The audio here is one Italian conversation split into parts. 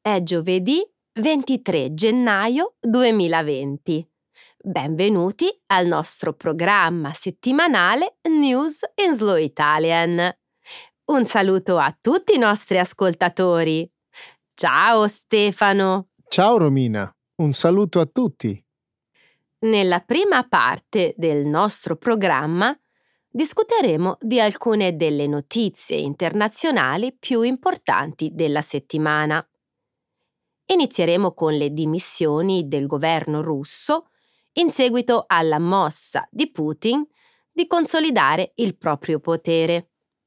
È giovedì 23 gennaio 2020. Benvenuti al nostro programma settimanale News in Slow Italian. Un saluto a tutti i nostri ascoltatori. Ciao Stefano! Ciao Romina, un saluto a tutti. Nella prima parte del nostro programma discuteremo di alcune delle notizie internazionali più importanti della settimana. Inizieremo con le dimissioni del governo russo in seguito alla mossa di Putin di consolidare il proprio potere.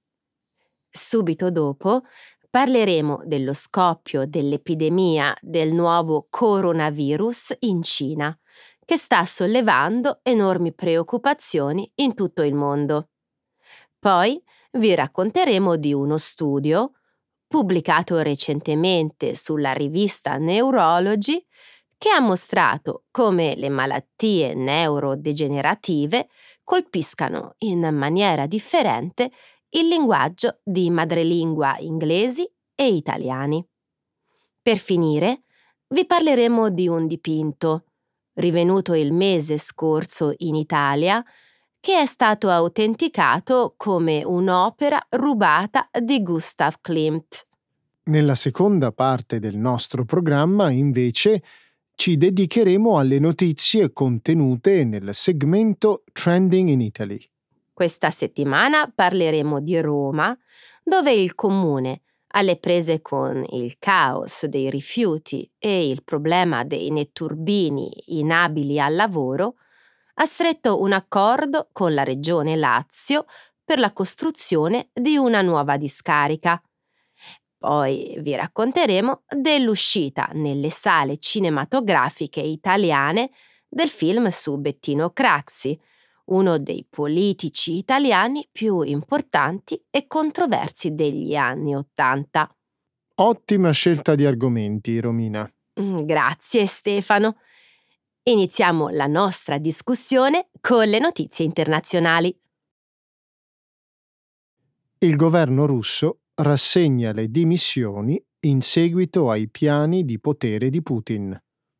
Subito dopo parleremo dello scoppio dell'epidemia del nuovo coronavirus in Cina, che sta sollevando enormi preoccupazioni in tutto il mondo. Poi vi racconteremo di uno studio pubblicato recentemente sulla rivista Neurology che ha mostrato come le malattie neurodegenerative colpiscano in maniera differente il linguaggio di madrelingua inglesi e italiani. Per finire, vi parleremo di un dipinto, rivenuto il mese scorso in Italia, che è stato autenticato come un'opera rubata di Gustav Klimt. Nella seconda parte del nostro programma, invece, ci dedicheremo alle notizie contenute nel segmento Trending in Italy. Questa settimana parleremo di Roma, dove il comune, alle prese con il caos dei rifiuti e il problema dei netturbini inabili al lavoro, ha stretto un accordo con la Regione Lazio per la costruzione di una nuova discarica. Poi vi racconteremo dell'uscita nelle sale cinematografiche italiane del film su Bettino Craxi, uno dei politici italiani più importanti e controversi degli anni '80. Ottima scelta di argomenti, Romina. Grazie Stefano. Iniziamo la nostra discussione con le notizie internazionali. Il governo russo rassegna le dimissioni in seguito ai piani di potere di Putin.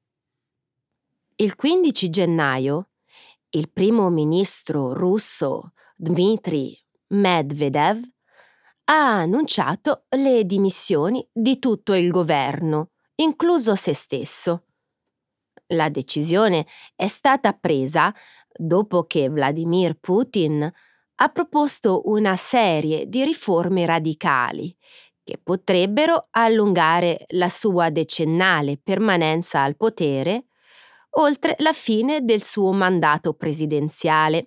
Il 15 gennaio il primo ministro russo Dmitry Medvedev ha annunciato le dimissioni di tutto il governo, incluso se stesso. La decisione è stata presa dopo che Vladimir Putin ha proposto una serie di riforme radicali che potrebbero allungare la sua decennale permanenza al potere oltre la fine del suo mandato presidenziale.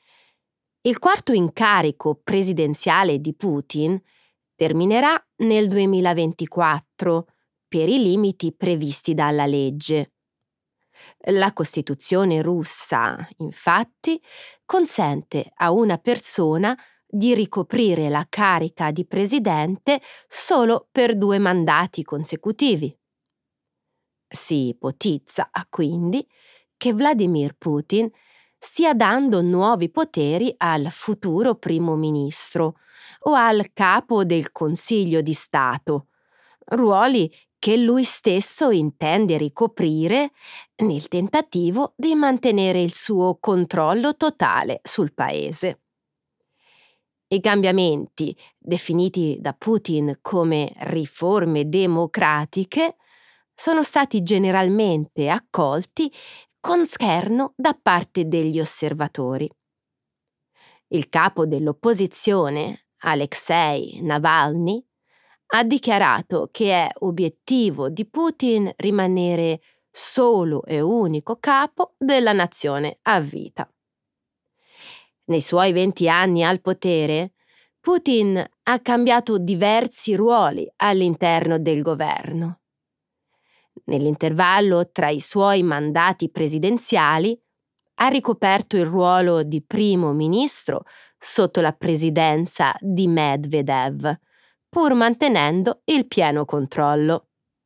Il quarto incarico presidenziale di Putin terminerà nel 2024 per i limiti previsti dalla legge. La Costituzione russa, infatti, consente a una persona di ricoprire la carica di presidente solo per 2 mandati consecutivi. Si ipotizza, quindi, che Vladimir Putin stia dando nuovi poteri al futuro primo ministro o al capo del Consiglio di Stato, ruoli che lui stesso intende ricoprire nel tentativo di mantenere il suo controllo totale sul paese. I cambiamenti, definiti da Putin come riforme democratiche, sono stati generalmente accolti con scherno da parte degli osservatori. Il capo dell'opposizione, Alexei Navalny, ha dichiarato che è obiettivo di Putin rimanere solo e unico capo della nazione a vita. Nei suoi 20 anni al potere, Putin ha cambiato diversi ruoli all'interno del governo. Nell'intervallo tra i suoi mandati presidenziali ha ricoperto il ruolo di primo ministro sotto la presidenza di Medvedev, pur mantenendo il pieno controllo.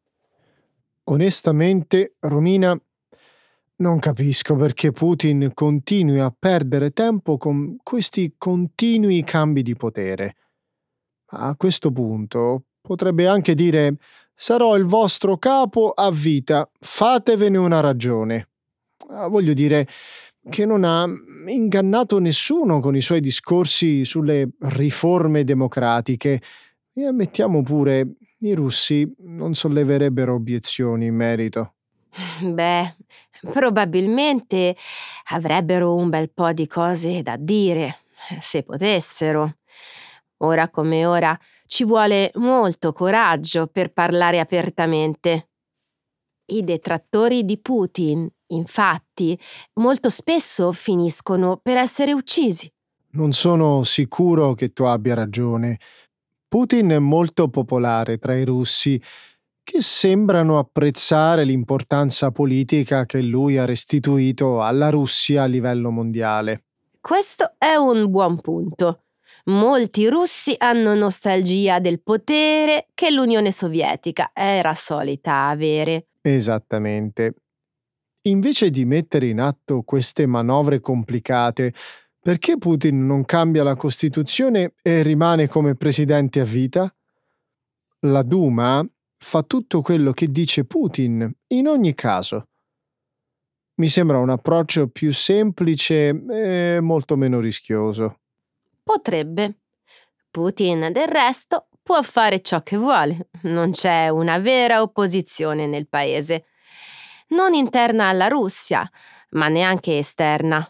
Onestamente, Romina, non capisco perché Putin continui a perdere tempo con questi continui cambi di potere. A questo punto potrebbe anche dire Sarò il vostro capo a vita, fatevene una ragione. Voglio dire che non ha ingannato nessuno con i suoi discorsi sulle riforme democratiche e ammettiamo pure, i russi non solleverebbero obiezioni in merito. Beh, probabilmente avrebbero un bel po' di cose da dire, se potessero. Ora come ora ci vuole molto coraggio per parlare apertamente. I detrattori di Putin, infatti, molto spesso finiscono per essere uccisi. Non sono sicuro che tu abbia ragione. Putin è molto popolare tra i russi, che sembrano apprezzare l'importanza politica che lui ha restituito alla Russia a livello mondiale. Questo è un buon punto. Molti russi hanno nostalgia del potere che l'Unione Sovietica era solita avere. Esattamente. Invece di mettere in atto queste manovre complicate, perché Putin non cambia la Costituzione e rimane come presidente a vita? La Duma fa tutto quello che dice Putin, in ogni caso. Mi sembra un approccio più semplice e molto meno rischioso. Potrebbe. Putin, del resto, può fare ciò che vuole. Non c'è una vera opposizione nel paese. Non interna alla Russia, ma neanche esterna.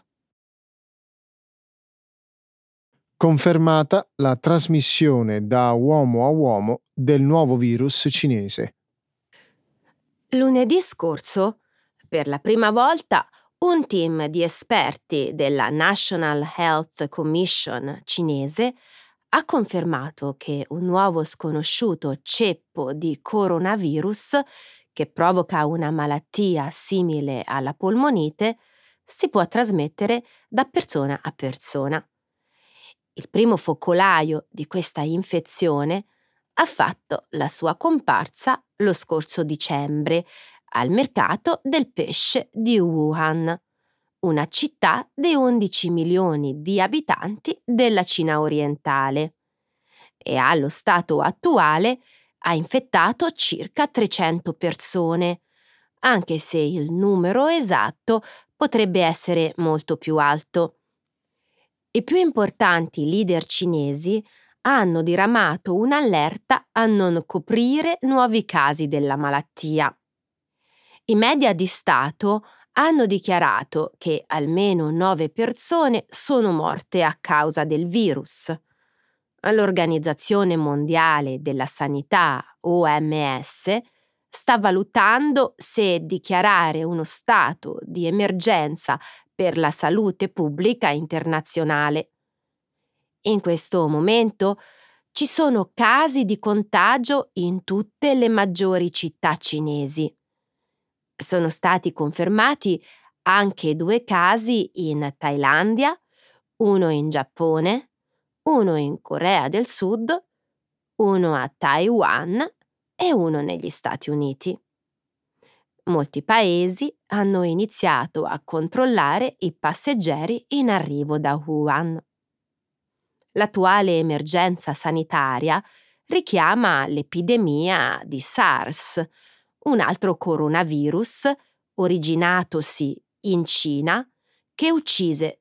Confermata la trasmissione da uomo a uomo del nuovo virus cinese. Lunedì scorso, per la prima volta, un team di esperti della National Health Commission cinese ha confermato che un nuovo sconosciuto ceppo di coronavirus, che provoca una malattia simile alla polmonite, si può trasmettere da persona a persona. Il primo focolaio di questa infezione ha fatto la sua comparsa lo scorso dicembre al mercato del pesce di Wuhan, una città di 11 milioni di abitanti della Cina orientale, e allo stato attuale ha infettato circa 300 persone, anche se il numero esatto potrebbe essere molto più alto. I più importanti leader cinesi hanno diramato un'allerta a non coprire nuovi casi della malattia. I media di Stato hanno dichiarato che almeno 9 persone sono morte a causa del virus. L'Organizzazione Mondiale della Sanità, OMS, sta valutando se dichiarare uno stato di emergenza per la salute pubblica internazionale. In questo momento ci sono casi di contagio in tutte le maggiori città cinesi. Sono stati confermati anche 2 casi in Thailandia, uno in Giappone, uno in Corea del Sud, uno a Taiwan e uno negli Stati Uniti. Molti paesi hanno iniziato a controllare i passeggeri in arrivo da Wuhan. L'attuale emergenza sanitaria richiama l'epidemia di SARS, un altro coronavirus originatosi in Cina che uccise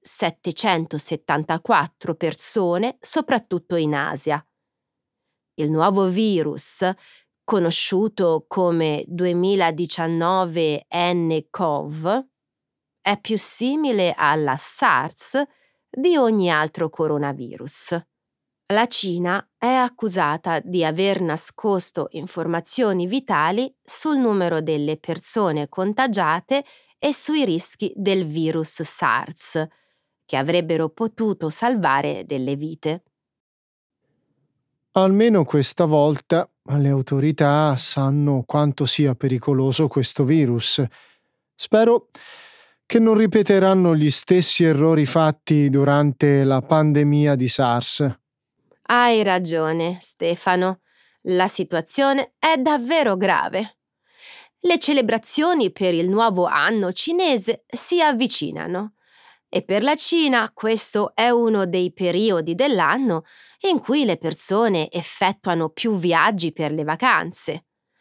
774 persone, soprattutto in Asia. Il nuovo virus, conosciuto come 2019 nCoV, è più simile alla SARS di ogni altro coronavirus. La Cina è accusata di aver nascosto informazioni vitali sul numero delle persone contagiate e sui rischi del virus SARS, che avrebbero potuto salvare delle vite. Almeno questa volta le autorità sanno quanto sia pericoloso questo virus. Spero che non ripeteranno gli stessi errori fatti durante la pandemia di SARS. Hai ragione, Stefano. La situazione è davvero grave. Le celebrazioni per il nuovo anno cinese si avvicinano e per la Cina questo è uno dei periodi dell'anno in cui le persone effettuano più viaggi per le vacanze.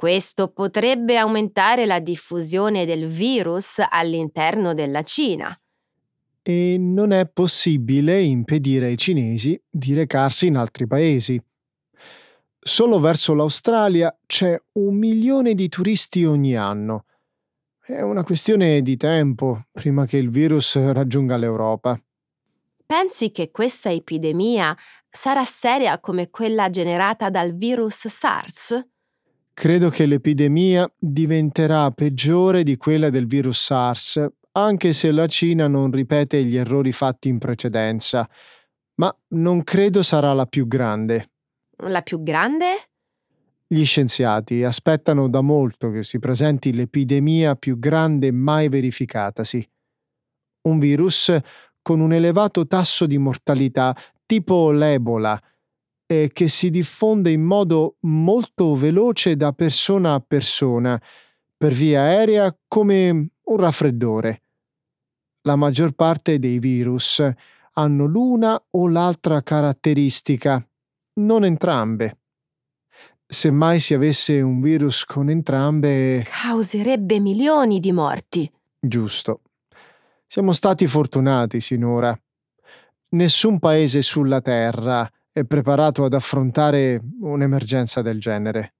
Questo potrebbe aumentare la diffusione del virus all'interno della Cina. E non è possibile impedire ai cinesi di recarsi in altri paesi. Solo verso l'Australia c'è 1 milione di turisti ogni anno. È una questione di tempo prima che il virus raggiunga l'Europa. Pensi che questa epidemia sarà seria come quella generata dal virus SARS? Credo che l'epidemia diventerà peggiore di quella del virus SARS, anche se la Cina non ripete gli errori fatti in precedenza, ma non credo sarà la più grande. La più grande? Gli scienziati aspettano da molto che si presenti l'epidemia più grande mai verificatasi. Un virus con un elevato tasso di mortalità, tipo l'Ebola, e che si diffonde in modo molto veloce da persona a persona, per via aerea come un raffreddore. La maggior parte dei virus hanno l'una o l'altra caratteristica, non entrambe. Se mai si avesse un virus con entrambe, Causerebbe milioni di morti. giusto. Siamo stati fortunati sinora. Nessun paese sulla Terra è preparato ad affrontare un'emergenza del genere.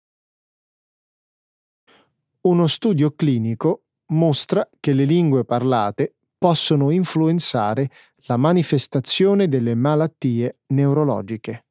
Uno studio clinico mostra che le lingue parlate possono influenzare la manifestazione delle malattie neurologiche.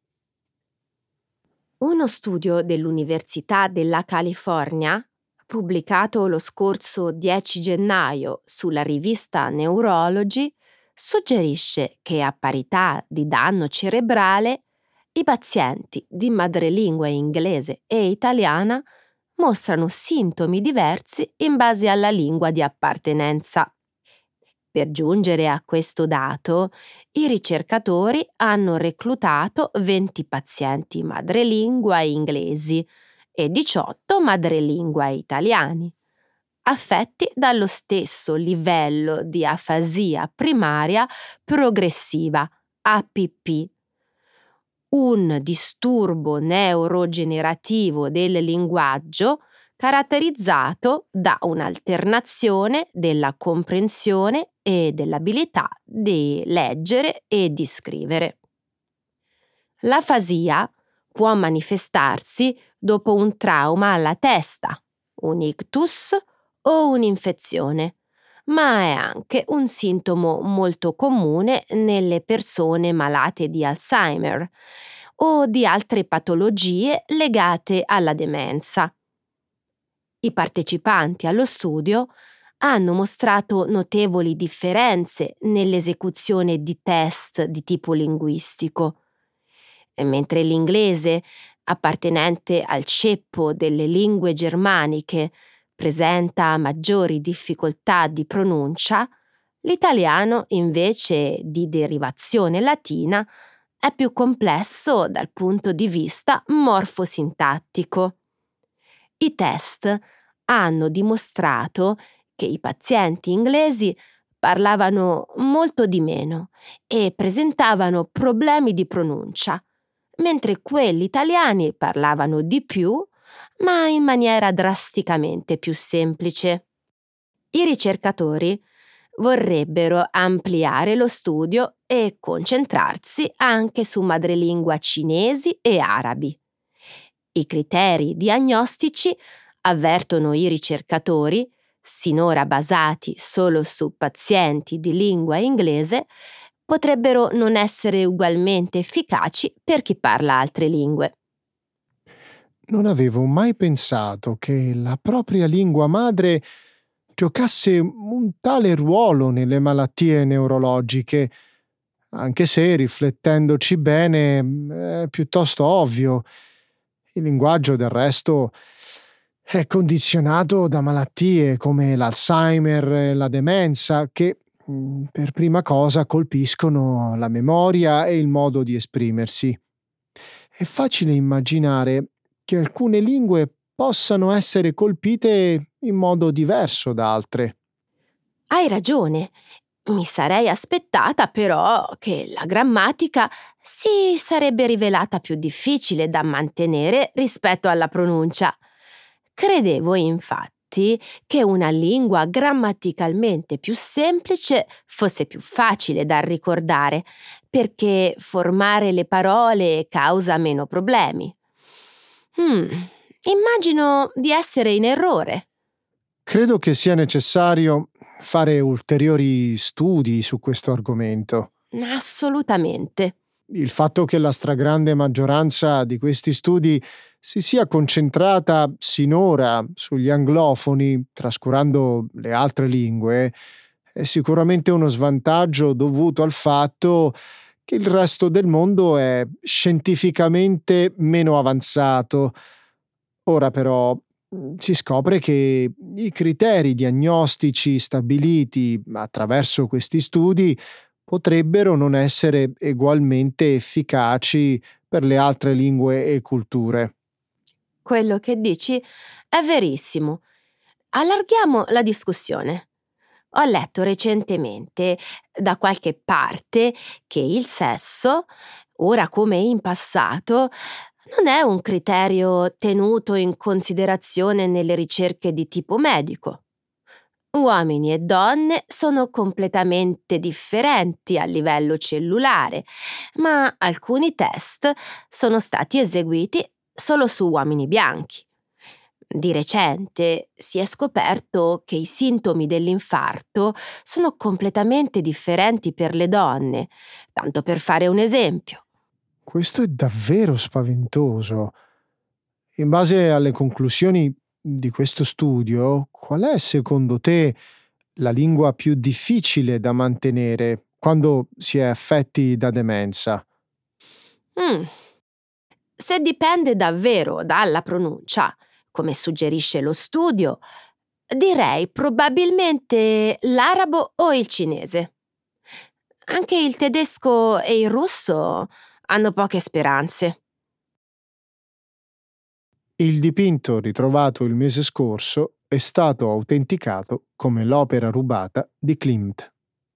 Uno studio dell'Università della California, pubblicato lo scorso 10 gennaio sulla rivista Neurology, suggerisce che a parità di danno cerebrale, i pazienti di madrelingua inglese e italiana mostrano sintomi diversi in base alla lingua di appartenenza. Per giungere a questo dato, i ricercatori hanno reclutato 20 pazienti madrelingua inglesi e 18 madrelingua italiani, affetti dallo stesso livello di afasia primaria progressiva, APP, un disturbo neurogenerativo del linguaggio caratterizzato da un'alternazione della comprensione e dell'abilità di leggere e di scrivere. L'afasia può manifestarsi dopo un trauma alla testa, un ictus o un'infezione, ma è anche un sintomo molto comune nelle persone malate di Alzheimer o di altre patologie legate alla demenza. I partecipanti allo studio hanno mostrato notevoli differenze nell'esecuzione di test di tipo linguistico. E mentre l'inglese, appartenente al ceppo delle lingue germaniche, presenta maggiori difficoltà di pronuncia, l'italiano, invece di derivazione latina, è più complesso dal punto di vista morfosintattico. I test hanno dimostrato che i pazienti inglesi parlavano molto di meno e presentavano problemi di pronuncia, mentre quelli italiani parlavano di più, ma in maniera drasticamente più semplice. I ricercatori vorrebbero ampliare lo studio e concentrarsi anche su madrelingua cinesi e arabi. I criteri diagnostici, avvertono i ricercatori, sinora basati solo su pazienti di lingua inglese, potrebbero non essere ugualmente efficaci per chi parla altre lingue. Non avevo mai pensato che la propria lingua madre giocasse un tale ruolo nelle malattie neurologiche, anche se riflettendoci bene è piuttosto ovvio. Il linguaggio, del resto, è condizionato da malattie come l'Alzheimer e la demenza che per prima cosa colpiscono la memoria e il modo di esprimersi. È facile immaginare che alcune lingue possano essere colpite in modo diverso da altre. Hai ragione. Mi sarei aspettata però che la grammatica si sarebbe rivelata più difficile da mantenere rispetto alla pronuncia. Credevo infatti che una lingua grammaticalmente più semplice fosse più facile da ricordare, perché formare le parole causa meno problemi. Immagino di essere in errore. Credo che sia necessario fare ulteriori studi su questo argomento. Assolutamente. Il fatto che la stragrande maggioranza di questi studi si sia concentrata sinora sugli anglofoni, trascurando le altre lingue, è sicuramente uno svantaggio dovuto al fatto che il resto del mondo è scientificamente meno avanzato. Ora però si scopre che i criteri diagnostici stabiliti attraverso questi studi potrebbero non essere egualmente efficaci per le altre lingue e culture. Quello che dici è verissimo. Allarghiamo la discussione. Ho letto recentemente da qualche parte che il sesso, ora come in passato, non è un criterio tenuto in considerazione nelle ricerche di tipo medico. Uomini e donne sono completamente differenti a livello cellulare, ma alcuni test sono stati eseguiti solo su uomini bianchi. Di recente si è scoperto che i sintomi dell'infarto sono completamente differenti per le donne, tanto per fare un esempio. Questo è davvero spaventoso. In base alle conclusioni di questo studio, qual è secondo te la lingua più difficile da mantenere quando si è affetti da demenza? Mm. Se dipende davvero dalla pronuncia, come suggerisce lo studio, direi probabilmente l'arabo o il cinese. Anche il tedesco e il russo hanno poche speranze. Il dipinto ritrovato il mese scorso è stato autenticato come l'opera rubata di Klimt.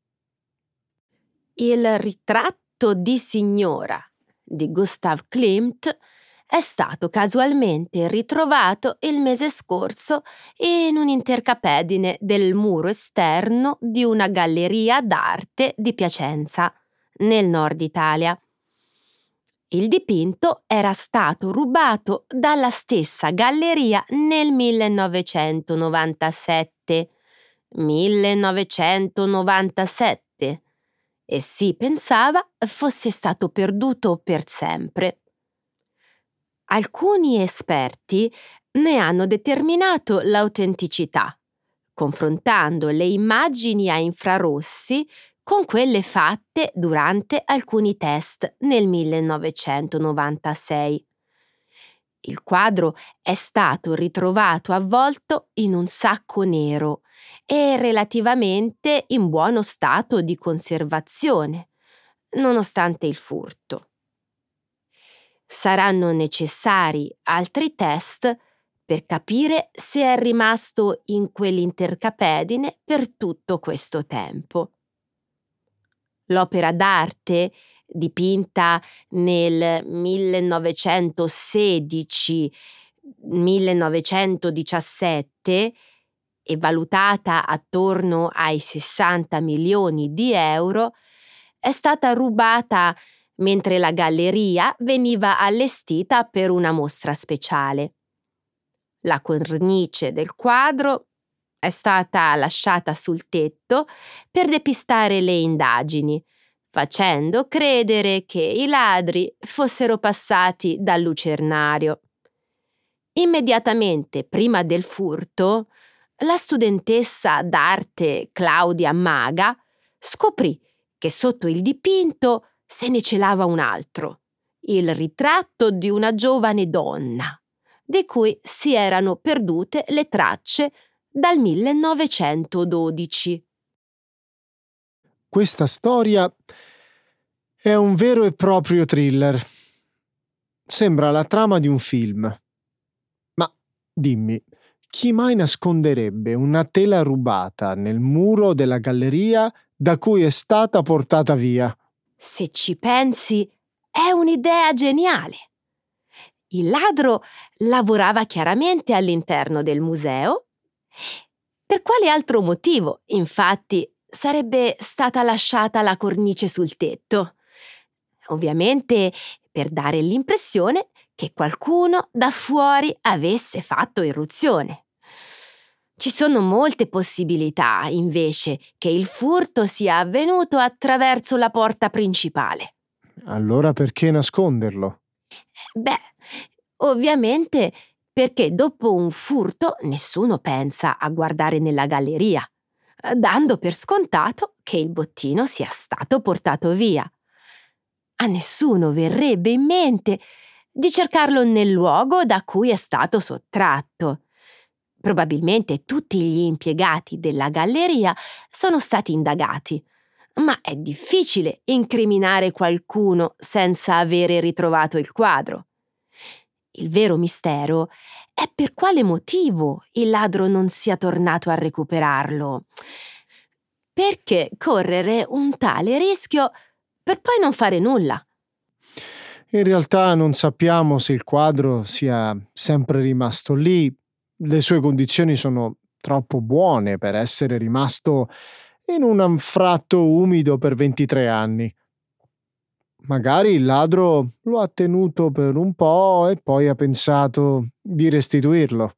Il ritratto di signora di Gustav Klimt è stato casualmente ritrovato il mese scorso in un'intercapedine del muro esterno di una galleria d'arte di Piacenza, nel nord Italia. Il dipinto era stato rubato dalla stessa galleria nel 1997. 1997. E si pensava fosse stato perduto per sempre. Alcuni esperti ne hanno determinato l'autenticità, confrontando le immagini a infrarossi con quelle fatte durante alcuni test nel 1996. Il quadro è stato ritrovato avvolto in un sacco nero e relativamente in buono stato di conservazione, nonostante il furto. Saranno necessari altri test per capire se è rimasto in quell'intercapedine per tutto questo tempo. L'opera d'arte, dipinta nel 1916-1917 e valutata attorno ai 60 milioni di euro, è stata rubata mentre la galleria veniva allestita per una mostra speciale. La cornice del quadro è stata lasciata sul tetto per depistare le indagini, facendo credere che i ladri fossero passati dal lucernario. Immediatamente prima del furto, la studentessa d'arte Claudia Maga scoprì che sotto il dipinto se ne celava un altro, il ritratto di una giovane donna, di cui si erano perdute le tracce dal 1912. Questa storia è un vero e proprio thriller. Sembra la trama di un film. Ma dimmi, chi mai nasconderebbe una tela rubata nel muro della galleria da cui è stata portata via? Se ci pensi, è un'idea geniale. Il ladro lavorava chiaramente all'interno del museo. Per quale altro motivo, infatti, sarebbe stata lasciata la cornice sul tetto? Ovviamente per dare l'impressione che qualcuno da fuori avesse fatto irruzione. Ci sono molte possibilità, invece, che il furto sia avvenuto attraverso la porta principale. Allora perché nasconderlo? Beh, ovviamente perché dopo un furto nessuno pensa a guardare nella galleria, dando per scontato che il bottino sia stato portato via. A nessuno verrebbe in mente di cercarlo nel luogo da cui è stato sottratto. Probabilmente tutti gli impiegati della galleria sono stati indagati, ma è difficile incriminare qualcuno senza avere ritrovato il quadro. Il vero mistero è per quale motivo il ladro non sia tornato a recuperarlo. Perché correre un tale rischio per poi non fare nulla? In realtà non sappiamo se il quadro sia sempre rimasto lì. Le sue condizioni sono troppo buone per essere rimasto in un anfratto umido per 23 anni. Magari il ladro lo ha tenuto per un po' e poi ha pensato di restituirlo.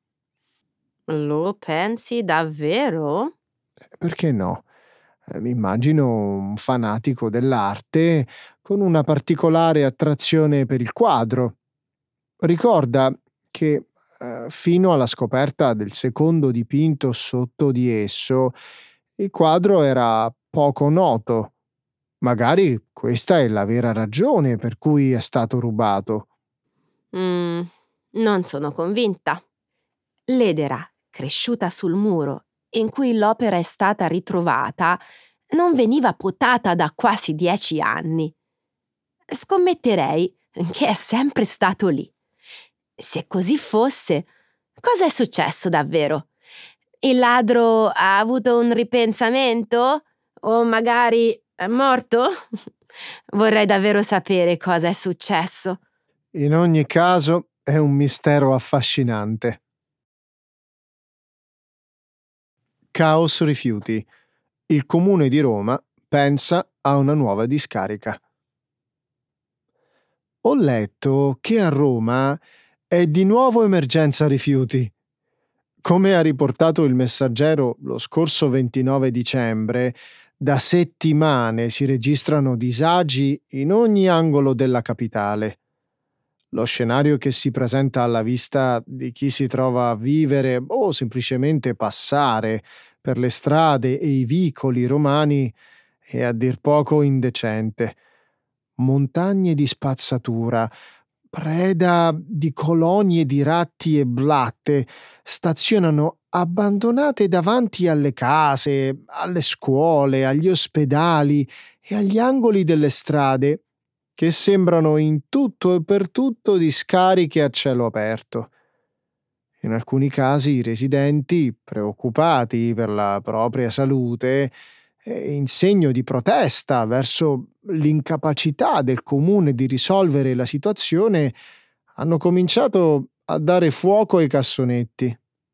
Lo pensi davvero? Perché no? Mi immagino un fanatico dell'arte con una particolare attrazione per il quadro. Ricorda che fino alla scoperta del secondo dipinto sotto di esso, il quadro era poco noto. Magari questa è la vera ragione per cui è stato rubato. Mm, non sono convinta. L'edera, cresciuta sul muro in cui l'opera è stata ritrovata, non veniva potata da quasi 10 anni. Scommetterei che è sempre stato lì. Se così fosse, cosa è successo davvero? Il ladro ha avuto un ripensamento? O magari è morto? Vorrei davvero sapere cosa è successo. In ogni caso è un mistero affascinante. Caos rifiuti. Il comune di Roma pensa a una nuova discarica. Ho letto che a Roma è di nuovo emergenza rifiuti. Come ha riportato il Messaggero lo scorso 29 dicembre, da settimane si registrano disagi in ogni angolo della capitale. Lo scenario che si presenta alla vista di chi si trova a vivere o semplicemente passare per le strade e i vicoli romani è a dir poco indecente. Montagne di spazzatura, preda di colonie di ratti e blatte, stazionano abbandonate davanti alle case, alle scuole, agli ospedali e agli angoli delle strade, che sembrano in tutto e per tutto discariche a cielo aperto. In alcuni casi i residenti, preoccupati per la propria salute, in segno di protesta verso l'incapacità del comune di risolvere la situazione, hanno cominciato a dare fuoco ai cassonetti.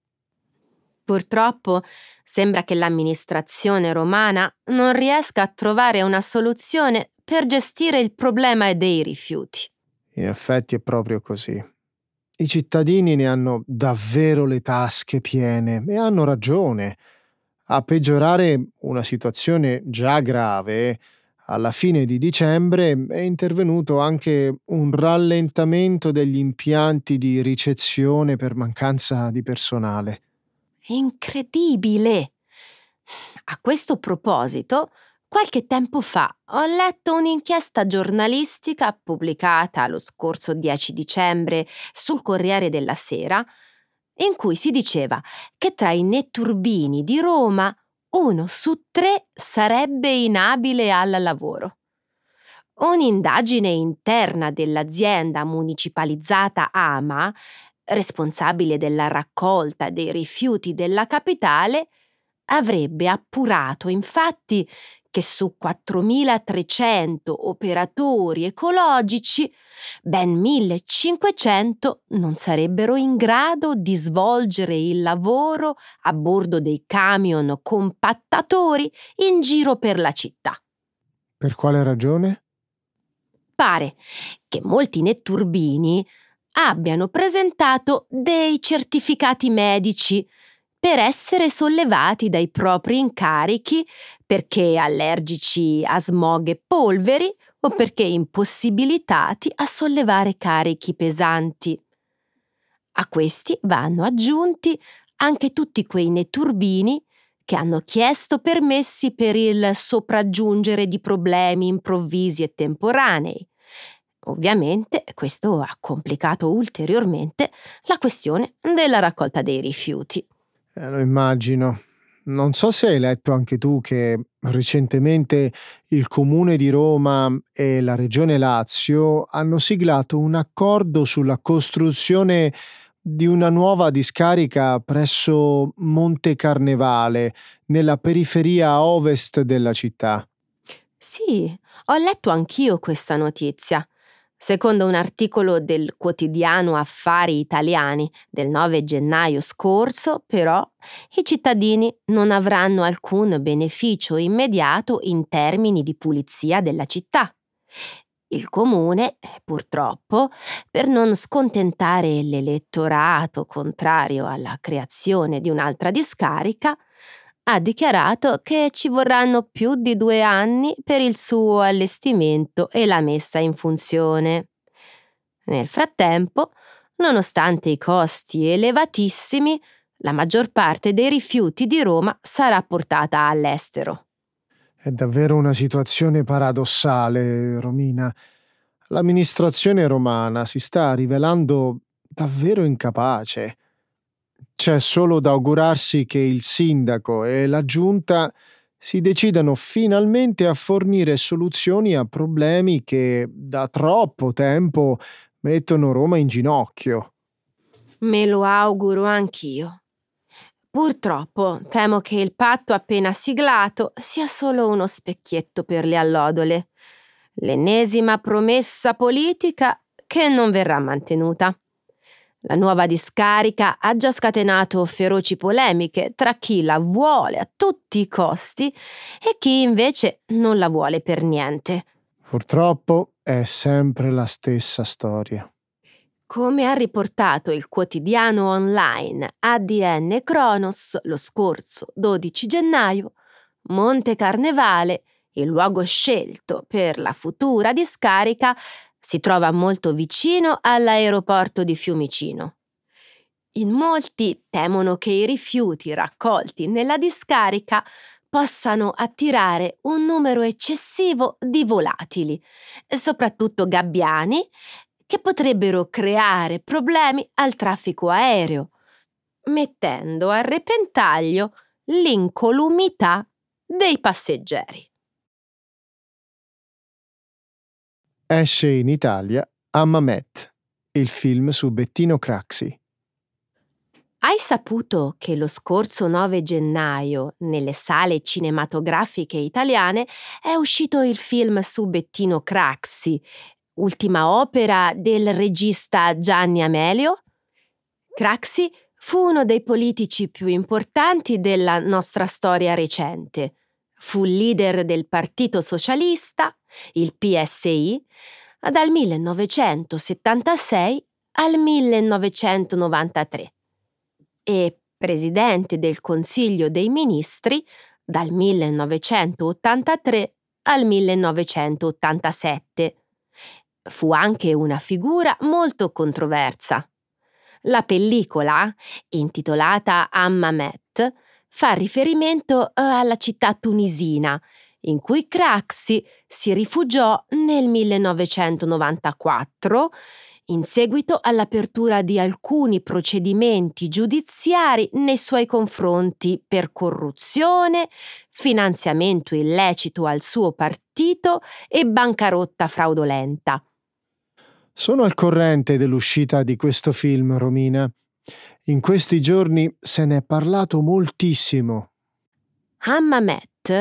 Purtroppo sembra che l'amministrazione romana non riesca a trovare una soluzione per gestire il problema dei rifiuti. In effetti è proprio così. I cittadini ne hanno davvero le tasche piene e hanno ragione. A peggiorare una situazione già grave, alla fine di dicembre è intervenuto anche un rallentamento degli impianti di ricezione per mancanza di personale. Incredibile! A questo proposito, qualche tempo fa ho letto un'inchiesta giornalistica pubblicata lo scorso 10 dicembre sul Corriere della Sera, in cui si diceva che tra i netturbini di Roma 1 su 3 sarebbe inabile al lavoro. Un'indagine interna dell'azienda municipalizzata AMA, responsabile della raccolta dei rifiuti della capitale, avrebbe appurato infatti che su 4.300 operatori ecologici, ben 1.500 non sarebbero in grado di svolgere il lavoro a bordo dei camion compattatori in giro per la città. Per quale ragione? Pare che molti netturbini abbiano presentato dei certificati medici per essere sollevati dai propri incarichi perché allergici a smog e polveri o perché impossibilitati a sollevare carichi pesanti. A questi vanno aggiunti anche tutti quei netturbini che hanno chiesto permessi per il sopraggiungere di problemi improvvisi e temporanei. Ovviamente questo ha complicato ulteriormente la questione della raccolta dei rifiuti. Lo immagino. Non so se hai letto anche tu che recentemente il Comune di Roma e la Regione Lazio hanno siglato un accordo sulla costruzione di una nuova discarica presso Monte Carnevale, nella periferia ovest della città. Sì, ho letto anch'io questa notizia. Secondo un articolo del quotidiano Affari Italiani del 9 gennaio scorso, però, i cittadini non avranno alcun beneficio immediato in termini di pulizia della città. Il comune, purtroppo, per non scontentare l'elettorato contrario alla creazione di un'altra discarica, ha dichiarato che ci vorranno più di 2 anni per il suo allestimento e la messa in funzione. Nel frattempo, nonostante i costi elevatissimi, la maggior parte dei rifiuti di Roma sarà portata all'estero. È davvero una situazione paradossale, Romina. L'amministrazione romana si sta rivelando davvero incapace. C'è solo da augurarsi che il sindaco e la giunta si decidano finalmente a fornire soluzioni a problemi che da troppo tempo mettono Roma in ginocchio. Me lo auguro anch'io. Purtroppo temo che il patto appena siglato sia solo uno specchietto per le allodole, l'ennesima promessa politica che non verrà mantenuta. La nuova discarica ha già scatenato feroci polemiche tra chi la vuole a tutti i costi e chi invece non la vuole per niente. Purtroppo è sempre la stessa storia. Come ha riportato il quotidiano online ADN Cronos lo scorso 12 gennaio, Monte Carnevale, il luogo scelto per la futura discarica, si trova molto vicino all'aeroporto di Fiumicino. In molti temono che i rifiuti raccolti nella discarica possano attirare un numero eccessivo di volatili, soprattutto gabbiani, che potrebbero creare problemi al traffico aereo, mettendo a repentaglio l'incolumità dei passeggeri. Esce in Italia Hammamet, il film su Bettino Craxi. Hai saputo che lo scorso 9 gennaio, nelle sale cinematografiche italiane, è uscito il film su Bettino Craxi, ultima opera del regista Gianni Amelio? Craxi fu uno dei politici più importanti della nostra storia recente. Fu leader del Partito Socialista, il PSI, dal 1976 al 1993 e presidente del Consiglio dei Ministri dal 1983 al 1987. Fu anche una figura molto controversa. La pellicola, intitolata Hammamet, fa riferimento alla città tunisina, in cui Craxi si rifugiò nel 1994 in seguito all'apertura di alcuni procedimenti giudiziari nei suoi confronti per corruzione, finanziamento illecito al suo partito e bancarotta fraudolenta. Sono al corrente dell'uscita di questo film, Romina. In questi giorni se ne è parlato moltissimo. Hammamet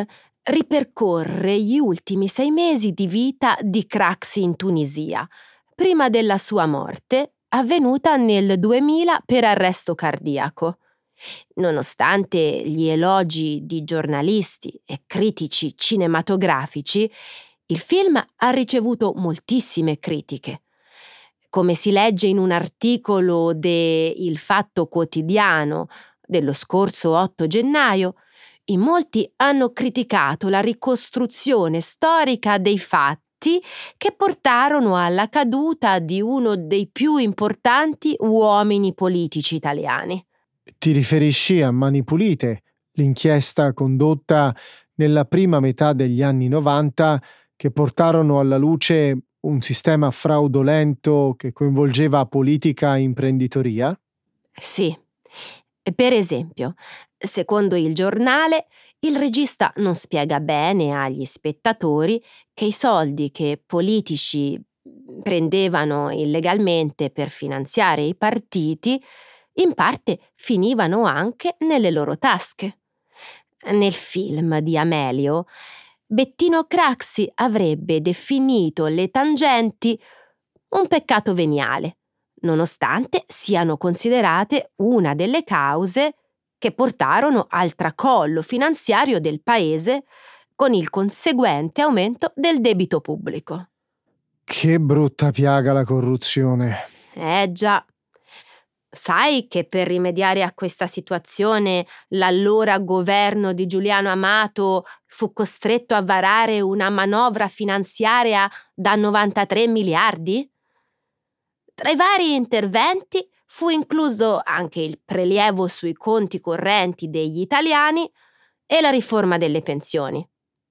ripercorre gli ultimi 6 mesi di vita di Craxi in Tunisia, prima della sua morte, avvenuta nel 2000 per arresto cardiaco. Nonostante gli elogi di giornalisti e critici cinematografici, il film ha ricevuto moltissime critiche. Come si legge in un articolo de Il Fatto Quotidiano dello scorso 8 gennaio, in molti hanno criticato la ricostruzione storica dei fatti che portarono alla caduta di uno dei più importanti uomini politici italiani. Ti riferisci a Mani Pulite, l'inchiesta condotta nella prima metà degli anni 90 che portarono alla luce un sistema fraudolento che coinvolgeva politica e imprenditoria? Sì. Per esempio, secondo il giornale, il regista non spiega bene agli spettatori che i soldi che politici prendevano illegalmente per finanziare i partiti in parte finivano anche nelle loro tasche. Nel film di Amelio, Bettino Craxi avrebbe definito le tangenti un peccato veniale, nonostante siano considerate una delle cause che portarono al tracollo finanziario del paese con il conseguente aumento del debito pubblico. Che brutta piaga la corruzione. Già. Sai che per rimediare a questa situazione l'allora governo di Giuliano Amato fu costretto a varare una manovra finanziaria da 93 miliardi? Tra i vari interventi fu incluso anche il prelievo sui conti correnti degli italiani e la riforma delle pensioni.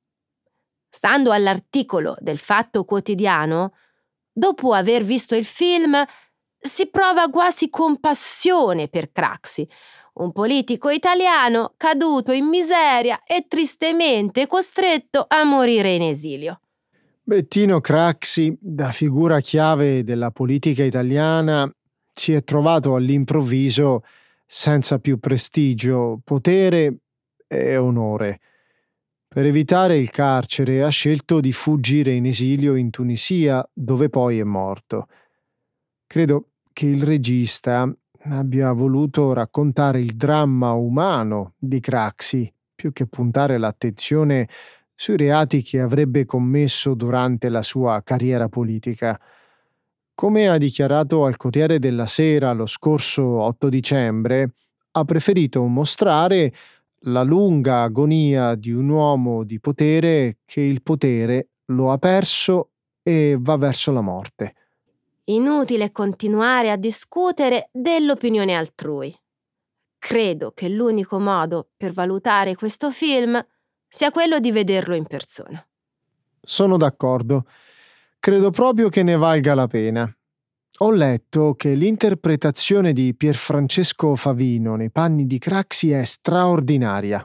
Stando all'articolo del Fatto Quotidiano, dopo aver visto il film, si prova quasi compassione per Craxi, un politico italiano caduto in miseria e tristemente costretto a morire in esilio. Bettino Craxi, da figura chiave della politica italiana, si è trovato all'improvviso senza più prestigio, potere e onore. Per evitare il carcere ha scelto di fuggire in esilio in Tunisia, dove poi è morto. Credo che il regista abbia voluto raccontare il dramma umano di Craxi, più che puntare l'attenzione sui reati che avrebbe commesso durante la sua carriera politica. Come ha dichiarato al Corriere della Sera lo scorso 8 dicembre, ha preferito mostrare la lunga agonia di un uomo di potere che il potere lo ha perso e va verso la morte. Inutile continuare a discutere dell'opinione altrui. Credo che l'unico modo per valutare questo film sia quello di vederlo in persona. Sono d'accordo. Credo proprio che ne valga la pena. Ho letto che l'interpretazione di Pierfrancesco Favino nei panni di Craxi è straordinaria.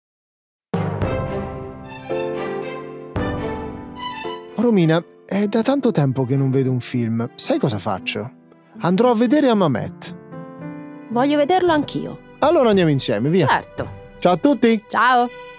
Romina, è da tanto tempo che non vedo un film. Sai cosa faccio? Andrò a vedere Hammamet. Voglio vederlo anch'io. Allora andiamo insieme, via. Certo. Ciao a tutti! Ciao!